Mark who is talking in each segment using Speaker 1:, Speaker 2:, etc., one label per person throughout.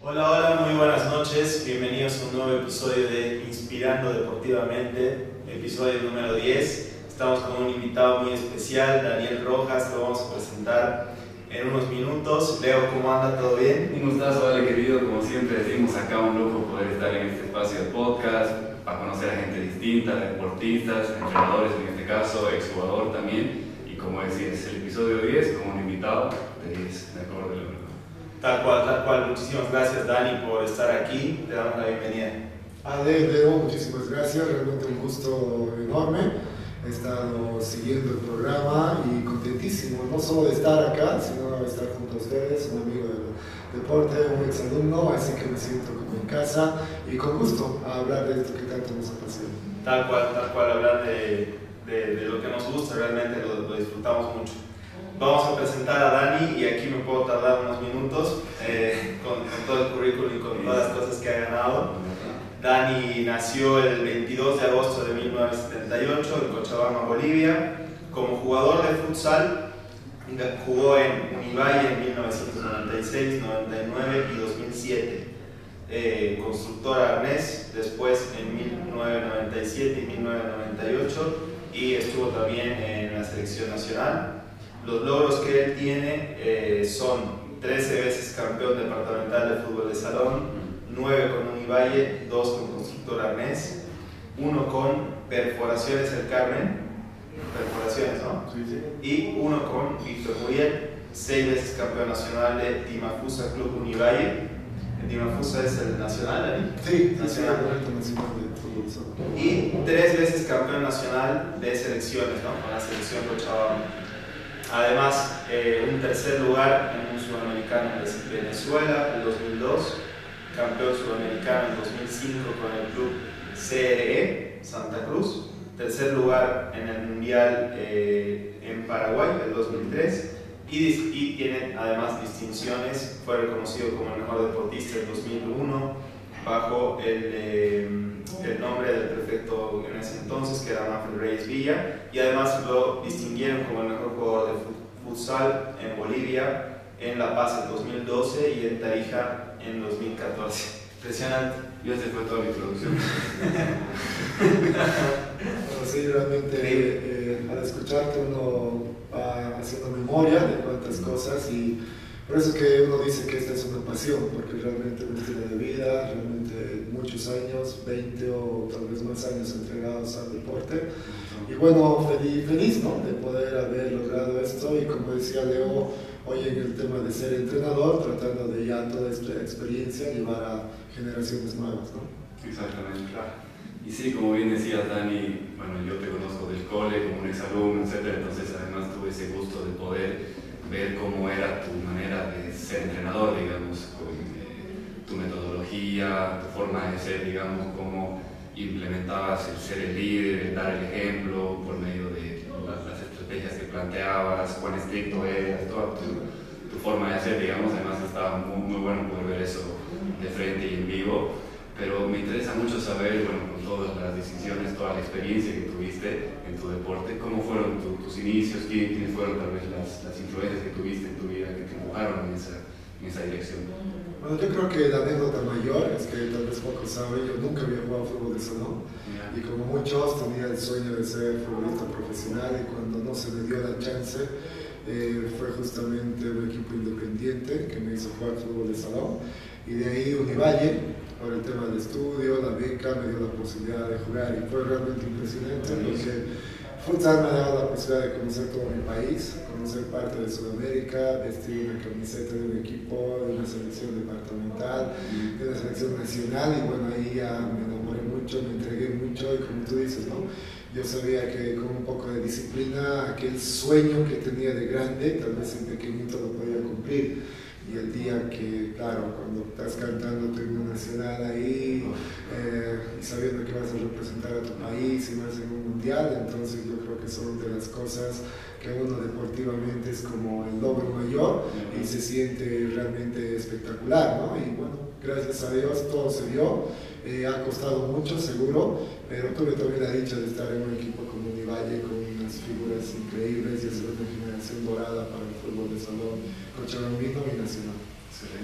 Speaker 1: Hola, hola, muy buenas noches. Bienvenidos a un nuevo episodio de Inspirando Deportivamente, episodio número 10. Estamos con un invitado muy especial, Daniel Rojas, lo vamos a presentar en unos minutos. Leo, ¿cómo anda? ¿Todo bien?
Speaker 2: Un gustazo, vale, querido. Como siempre decimos acá, un lujo poder estar en este espacio de podcast, para conocer a gente distinta, deportistas, entrenadores en este caso, exjugador también. Y como decías, el episodio 10 como un invitado de 10, de acuerdo, Leo.
Speaker 1: Tal cual, tal cual. Muchísimas gracias, Dani, por estar aquí. Te damos la bienvenida.
Speaker 3: Leo, muchísimas gracias, realmente un gusto enorme. He estado siguiendo el programa y contentísimo, no solo de estar acá, sino de estar junto a ustedes, un amigo del deporte, un exalumno, así que me siento como en casa y con gusto a hablar de esto que tanto nos apasiona.
Speaker 1: Tal cual, hablar de lo que nos gusta, realmente lo disfrutamos mucho. Vamos a presentar a Dani y aquí me puedo tardar unos minutos con todo el currículum y con todas las cosas que ha ganado. Dani nació el 22 de agosto de 1978 en Cochabamba, Bolivia. Como jugador de futsal, jugó en Univalle en 1996, 99 y 2007. Constructora Arnés, después en 1997 y 1998, y estuvo también en la selección nacional. Los logros que él tiene son 13 veces campeón departamental de fútbol de salón, 9 con Univalle, 2 con Constructora Arnés, 1 con Perforaciones El Carmen, perforaciones, ¿no?
Speaker 3: Sí, sí.
Speaker 1: Y 1 con Víctor Muriel, 6 veces campeón nacional de Timafusa Club Univalle. El Timafusa es el nacional, Dani.
Speaker 3: Sí,
Speaker 1: Nacional.
Speaker 3: nacional de fútbol solo.
Speaker 1: Y 3 veces campeón nacional de selecciones, ¿no? Con la selección Cochabamba. Además, un tercer lugar en un sudamericano de Venezuela en 2002, campeón sudamericano en 2005 con el club CRE Santa Cruz, tercer lugar en el mundial en Paraguay en 2003 y tiene además distinciones. Fue reconocido como el mejor deportista en 2001 bajo el nombre del prefecto en ese entonces, que era Manfred Reyes Villa, y además lo distinguieron como el mejor jugador de futsal en Bolivia en La Paz en 2012 y en Tarija en 2014. Impresionante.
Speaker 2: Y esa fue toda mi introducción.
Speaker 3: Bueno, sí, realmente al escucharte uno va haciendo memoria de cuántas cosas y por eso es que uno dice que esta es una pasión, porque realmente un estilo de vida, realmente muchos años, 20 o tal vez más años entregados al deporte. Y bueno, feliz, ¿no?, de poder haber logrado esto y como decía Leo, hoy en el tema de ser entrenador, tratando de ya toda esta experiencia llevar a generaciones nuevas, ¿no?
Speaker 2: Exactamente, claro. Y sí, como bien decías, Dani, bueno, yo te conozco del cole como un exalumno, etc. Entonces además tuve ese gusto de poder ver cómo era tu manera de ser entrenador, digamos, con tu metodología, tu forma de ser, digamos, cómo implementabas el ser el líder, el dar el ejemplo por medio de las estrategias que planteabas, cuán estricto eras, toda tu forma de hacer, digamos. Además estaba muy bueno poder ver eso de frente y en vivo. Pero me interesa mucho saber, bueno, con todas las decisiones, toda la experiencia que tuviste en tu deporte, ¿cómo fueron tus inicios? ¿Quiénes fueron tal vez las influencias que tuviste en tu vida que te empujaron en esa dirección?
Speaker 3: Bueno, yo creo que la anécdota mayor es que tal vez pocos saben, yo nunca había jugado fútbol de salón y como muchos tenía el sueño de ser futbolista profesional y cuando no se me dio la chance fue justamente un equipo independiente que me hizo jugar fútbol de salón y de ahí Univalle, por el tema del estudio, la beca me dio la posibilidad de jugar y fue realmente impresionante porque futsal me ha dado la posibilidad de conocer todo mi país, conocer parte de Sudamérica, vestir una camiseta de un equipo, de una selección departamental, de una selección nacional y bueno, ahí ya me enamoré mucho, me entregué mucho y como tú dices, ¿no? Yo sabía que con un poco de disciplina, aquel sueño que tenía de grande, tal vez en pequeñito lo podía cumplir. Y el día que, claro, cuando estás cantando tu himno nacional ahí y sabiendo que vas a representar a tu país y vas en un mundial, entonces yo creo que son de las cosas que uno deportivamente es como el logro mayor y se siente realmente espectacular, ¿no? Y bueno, gracias a Dios todo se dio, ha costado mucho seguro, pero tuve también la dicha de estar en un equipo como Univalle con unas figuras increíbles y es una generación dorada para el fútbol de salón cochabambino y nacional.
Speaker 2: Excelente.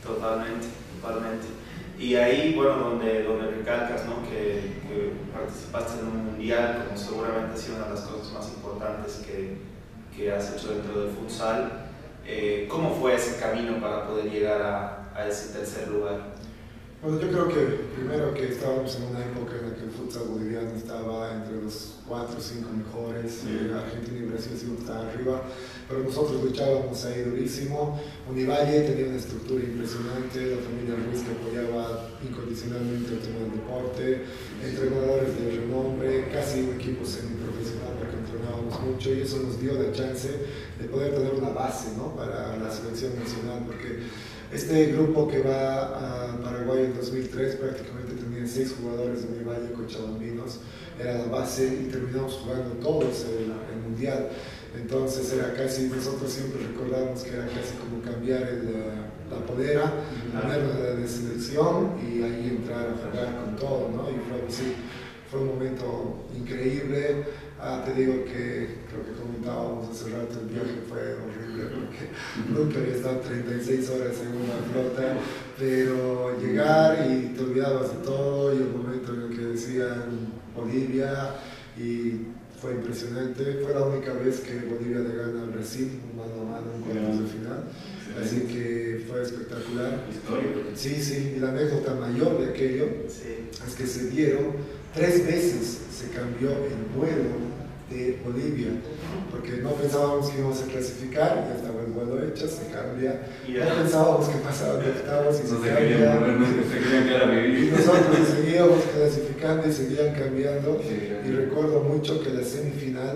Speaker 1: Totalmente, totalmente. Y ahí, bueno, donde recalcas, ¿no? que participaste en un mundial, como seguramente ha sido una de las cosas más importantes que has hecho dentro del futsal. ¿Cómo fue ese camino para poder llegar a ese tercer lugar?
Speaker 3: Bueno, yo creo que primero que estábamos en una época en la que el futsal boliviano estaba entre los 4 o 5 mejores, Argentina y Brasil siempre estaban arriba, pero nosotros luchábamos ahí durísimo. Univalle tenía una estructura impresionante, la familia Ruiz que apoyaba incondicionalmente el tema del deporte, entrenadores de renombre, casi un equipo semiprofesional porque entrenábamos mucho y eso nos dio la chance de poder tener una base, ¿no? Para la selección nacional, porque este grupo que va a Paraguay en 2003 prácticamente tenía 6 jugadores de Univalle cochabambinos, era la base y terminamos jugando todos el mundial. Entonces era casi, nosotros siempre recordamos que era casi como cambiar la polera, ponerla de selección y ahí entrar a jugar con todo, ¿no? Y fue así, fue un momento increíble. Te digo que creo que comentábamos hace rato, el viaje fue horrible porque nunca había estado 36 horas en una flota, pero llegar y te olvidabas de todo y el momento en el que decían Bolivia y fue impresionante. Fue la única vez que Bolivia le gana al Brasil mano a mano en cuartos de final, así que fue espectacular.
Speaker 2: Histórico.
Speaker 3: Sí, sí, y la anécdota mayor de aquello es que se dieron 3 veces, se cambió el vuelo de Bolivia, porque no pensábamos que íbamos a clasificar, ya estaba el vuelo hecho, se cambia, no pensábamos que pasaban de octavos y
Speaker 2: no
Speaker 3: se cambia,
Speaker 2: se querían quedar a vivir.
Speaker 3: y nosotros seguíamos clasificando y seguían cambiando, y recuerdo mucho que la semifinal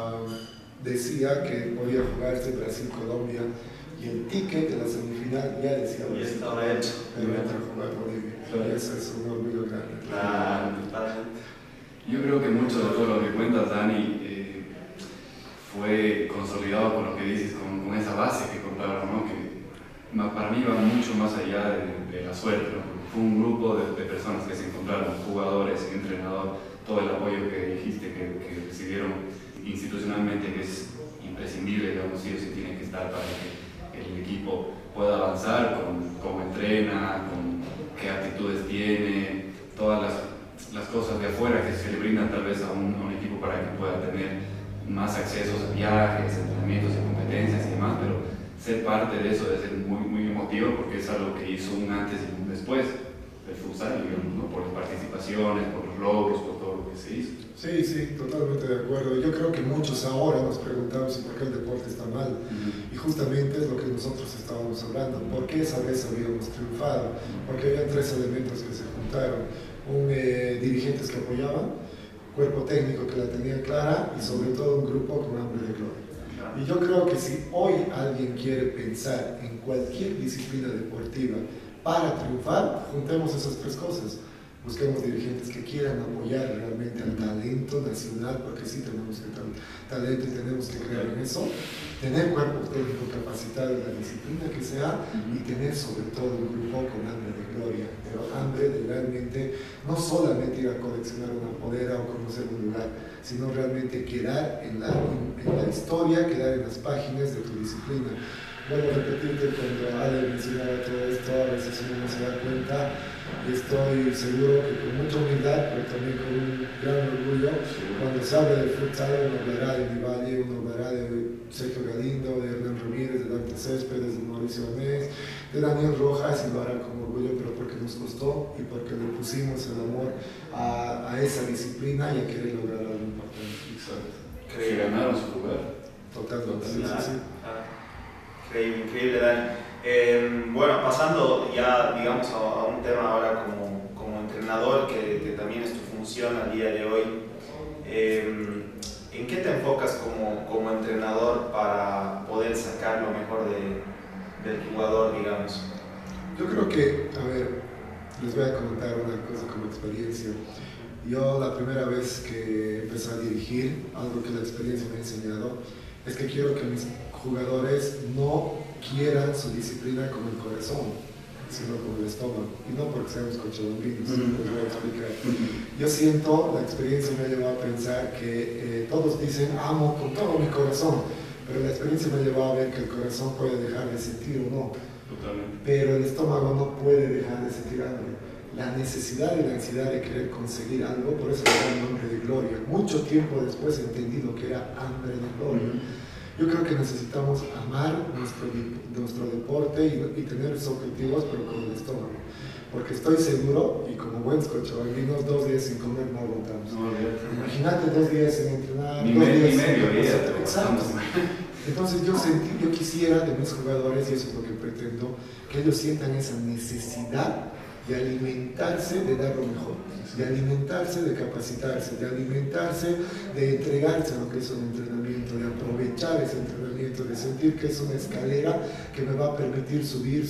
Speaker 3: decía que podía jugarse Brasil-Colombia, y el ticket de la semifinal ya decía
Speaker 1: Brasil, estaba hecho,
Speaker 3: pero entra a jugar Bolivia, y eso es un orgullo grande.
Speaker 2: Yo creo que mucho de todo lo que cuentas, Dani, fue consolidado por lo que dices, con esa base que compraron, ¿no? Que para mí va mucho más allá de la suerte, ¿no? Fue un grupo de personas que se encontraron, jugadores, entrenador, todo el apoyo que dijiste que recibieron institucionalmente, que es imprescindible, digamos, sí o sí tiene que estar para que el equipo pueda avanzar, con cómo entrena, con qué actitudes tiene, todas las cosas de afuera que se le brindan tal vez a un equipo para que pueda tener más accesos a viajes, entrenamientos y competencias y demás, pero ser parte de eso debe ser muy, muy emotivo porque es algo que hizo un antes y un después del futsal, digamos, ¿no? Por las participaciones, por los logros, por todo lo que se hizo.
Speaker 3: Sí, sí, totalmente de acuerdo. Yo creo que muchos ahora nos preguntamos por qué el deporte está mal. Y justamente es lo que nosotros estábamos hablando. ¿Por qué esa vez habíamos triunfado? Porque había 3 elementos que se juntaron. Dirigentes que apoyaban, cuerpo técnico que la tenía clara y sobre todo un grupo con hambre de gloria. Y yo creo que si hoy alguien quiere pensar en cualquier disciplina deportiva para triunfar, juntemos esas 3 cosas. Busquemos dirigentes que quieran apoyar realmente al talento nacional, porque sí tenemos que tener talento y tenemos que creer en eso, tener cuerpo técnico capacitado en la disciplina que sea y tener sobre todo un grupo con hambre de gloria, pero hambre de realmente no solamente ir a coleccionar una polera o conocer un lugar, sino realmente quedar en la historia, quedar en las páginas de tu disciplina. Vuelvo a repetirte, cuando Ale mencionaba todo esto, a veces uno no se da cuenta, y estoy seguro que con mucha humildad, pero también con un gran orgullo, cuando se habla del futsal, uno hablará de Univalle, uno hablará de Sergio Galindo, de Hernán Ramírez, de Dante Céspedes, de Mauricio Anés, de Daniel Rojas, y lo hará con orgullo, pero porque nos costó y porque le pusimos el amor a esa disciplina y a querer lograr algo importante.
Speaker 2: Que ganaron su lugar.
Speaker 3: Totalmente, sí, sí.
Speaker 1: Increíble, increíble, Dani. Bueno, pasando ya, digamos, a un tema ahora como entrenador, que también es tu función al día de hoy. ¿En qué te enfocas como entrenador para poder sacar lo mejor del jugador, digamos?
Speaker 3: Yo creo que, a ver, les voy a comentar una cosa como experiencia. Yo la primera vez que empecé a dirigir, algo que la experiencia me ha enseñado, es que quiero que mis jugadores no quieran su disciplina con el corazón, sino con el estómago. Y no porque seamos cochabambinos, les voy a explicar. Yo siento, la experiencia me ha llevado a pensar que todos dicen amo con todo mi corazón, pero la experiencia me ha llevado a ver que el corazón puede dejar de sentir o no.
Speaker 2: Totalmente.
Speaker 3: Pero el estómago no puede dejar de sentir hambre. La necesidad y la ansiedad de querer conseguir algo, por eso le da el nombre de gloria. Mucho tiempo después he entendido que era hambre de gloria. Yo creo que necesitamos amar nuestro deporte y tener esos objetivos, pero con el estómago. Porque estoy seguro, y como buen cochabambinos, 2 días sin comer no aguantamos.
Speaker 2: No,
Speaker 3: imagínate 2 días sin entrenar,
Speaker 2: ni
Speaker 3: 2 días
Speaker 2: sin medio día.
Speaker 3: Exacto. Entonces yo quisiera de mis jugadores, y eso es lo que pretendo, que ellos sientan esa necesidad de alimentarse, de dar lo mejor, de alimentarse, de capacitarse, de alimentarse, de entregarse a lo que es un entrenamiento, de aprovechar ese entrenamiento, de sentir que es una escalera que me va a permitir subir.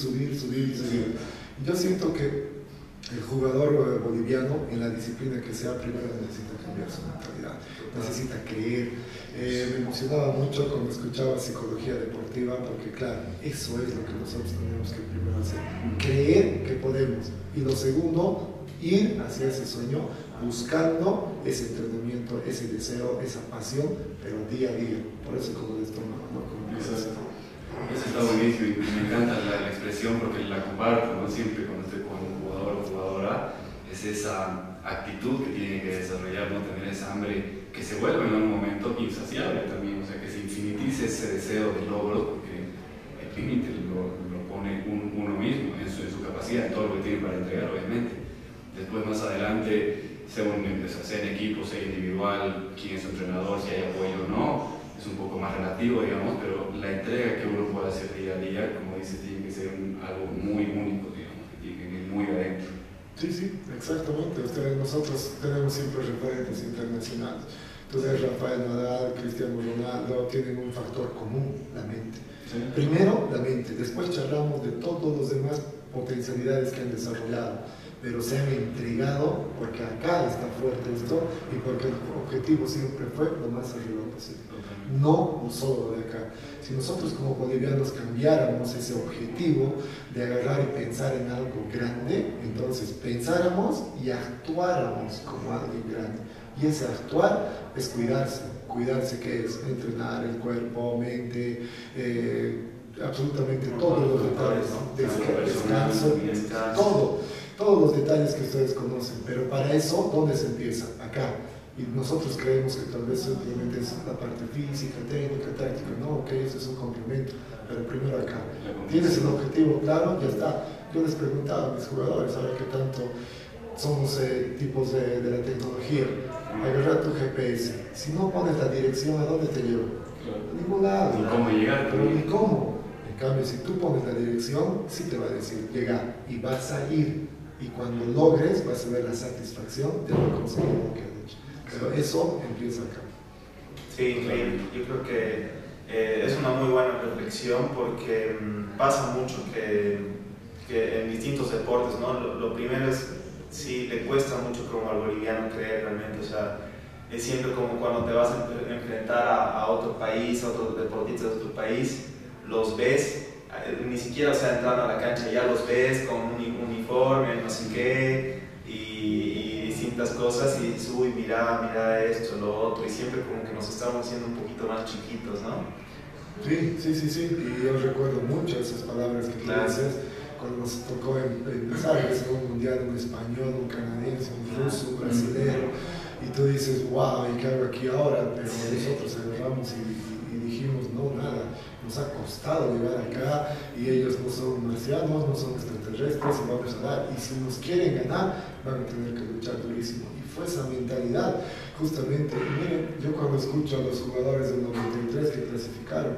Speaker 3: Yo siento que el jugador boliviano, en la disciplina que sea, primero necesita cambiar su mentalidad, necesita creer. Me emocionaba mucho cuando escuchaba psicología deportiva, porque claro, eso es lo que nosotros tenemos que primero hacer, creer que podemos, y lo segundo, ir hacia ese sueño, buscando ese entrenamiento, ese deseo, esa pasión, pero día a día. Por eso como el estómago, ¿no?
Speaker 2: Eso está buenísimo y me encanta la expresión porque la comparto, ¿no? Siempre cuando estoy con un jugador o jugadora, es esa actitud que tiene que desarrollar, no tener esa hambre que se vuelve en un momento insaciable también, o sea, que se infinitice ese deseo de logro, porque el límite lo pone uno mismo en su capacidad, en todo lo que tiene para entregar, obviamente. Después, más adelante, sea en equipo, sea individual, quién es su entrenador, si hay apoyo o no, es un poco más relativo, digamos, pero la entrega que uno puede hacer día a día, como dice, tiene que ser algo muy único, digamos, que tiene que ir muy adentro.
Speaker 3: Sí, exactamente. Nosotros tenemos siempre referentes internacionales. Entonces Rafael Nadal, Cristiano Ronaldo tienen un factor común, la mente. Sí. Primero la mente, después charlamos de todos los demás potencialidades que han desarrollado, pero se han entregado porque acá está fuerte esto y porque el objetivo siempre fue lo más arriba posible. No solo de acá. Si nosotros como bolivianos cambiáramos ese objetivo de agarrar y pensar en algo grande, entonces pensáramos y actuáramos como alguien grande. Y ese actuar es cuidarse. Cuidarse, ¿qué es? Entrenar el cuerpo, mente, absolutamente todos los detalles, descanso, todos los detalles que ustedes conocen. Pero para eso, ¿dónde se empieza? Acá. Y nosotros creemos que tal vez simplemente es la parte física, técnica, táctica. No, ok, eso es un complemento, pero primero acá. ¿Tienes el objetivo claro? Ya está. Yo les preguntaba a mis jugadores, ahora que tanto somos tipos de la tecnología, agarrar tu GPS. Si no pones la dirección, ¿a dónde te lleva? A ningún lado.
Speaker 2: Ni cómo llegar.
Speaker 3: Pero ni cómo. En cambio, si tú pones la dirección, sí te va a decir llegar y vas a ir. Y cuando logres, vas a ver la satisfacción de haber conseguido lo que has hecho. Pero eso empieza acá.
Speaker 1: Sí, increíble. Yo creo que es una muy buena reflexión porque pasa mucho que en distintos deportes, ¿no? Lo primero es, sí, le cuesta mucho como al boliviano creer realmente, o sea, es siempre como cuando te vas a enfrentar a otro país, a otros deportistas de otro país, los ves, ni siquiera, o sea, entrando a la cancha ya los ves con un uniforme, no sé qué, y distintas cosas, y dices, uy, mira esto, lo otro, y siempre como que nos estamos haciendo un poquito más chiquitos, ¿no?
Speaker 3: Sí, y yo recuerdo mucho esas palabras que tú dices, cuando nos tocó empezar el segundo mundial, un español, un canadiense, un ruso, un brasilero, y tú dices, wow, ¿y qué hago aquí ahora? Pero nosotros agarramos y dijimos, no, nada, nos ha costado llegar acá, y ellos no son marcianos, no son extraterrestres, y vamos a dar, y si nos quieren ganar, van a tener que luchar durísimo. Y fue esa mentalidad, justamente. Miren, yo cuando escucho a los jugadores del 93 que clasificaron,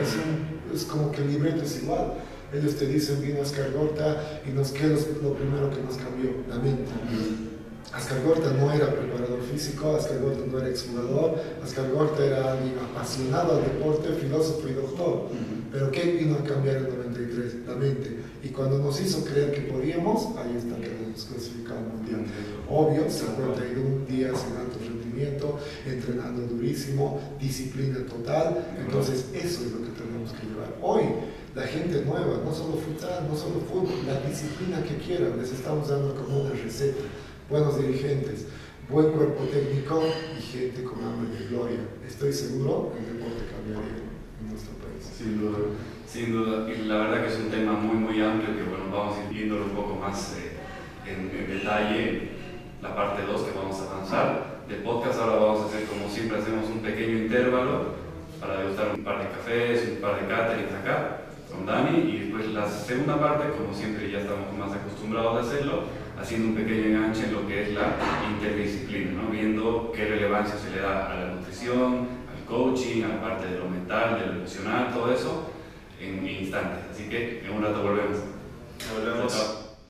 Speaker 3: es como que el libreto es igual. Ellos te dicen, vino Ascar Gorta, y ¿qué es lo primero que nos cambió? La mente. Ascar Gorta no era preparador físico, Ascar Gorta no era exjugador, Ascar Gorta era alguien apasionado al deporte, filósofo y doctor. Pero ¿qué vino a cambiar en el 93? La mente. Y cuando nos hizo creer que podíamos, ahí está que nos clasificamos al mundial. Obvio, 51 días en alto rendimiento, entrenando durísimo, disciplina total. Entonces eso es lo que tenemos que llevar. Hoy, la gente nueva, no solo futsal, no solo fútbol, la disciplina que quieran, les estamos dando como una receta. Buenos dirigentes, buen cuerpo técnico y gente con hambre de gloria. Estoy seguro que el deporte cambiaría. en nuestro país.
Speaker 2: Sin duda, sin duda. Y la verdad que es un tema muy, muy amplio que bueno, vamos a ir viéndolo un poco más en detalle, la parte 2 que vamos a avanzar. Del podcast ahora vamos a hacer, como siempre, hacemos un pequeño intervalo para degustar un par de cafés, un par de caterings acá con Dani, y después la segunda parte, como siempre ya estamos más acostumbrados a hacerlo, haciendo un pequeño enganche en lo que es la interdisciplina, ¿no? Viendo qué relevancia se le da a la nutrición, al coaching, a la parte de lo mental, de lo emocional, todo eso en instantes. Así que en un rato volvemos.
Speaker 1: Volvemos.
Speaker 2: Chao.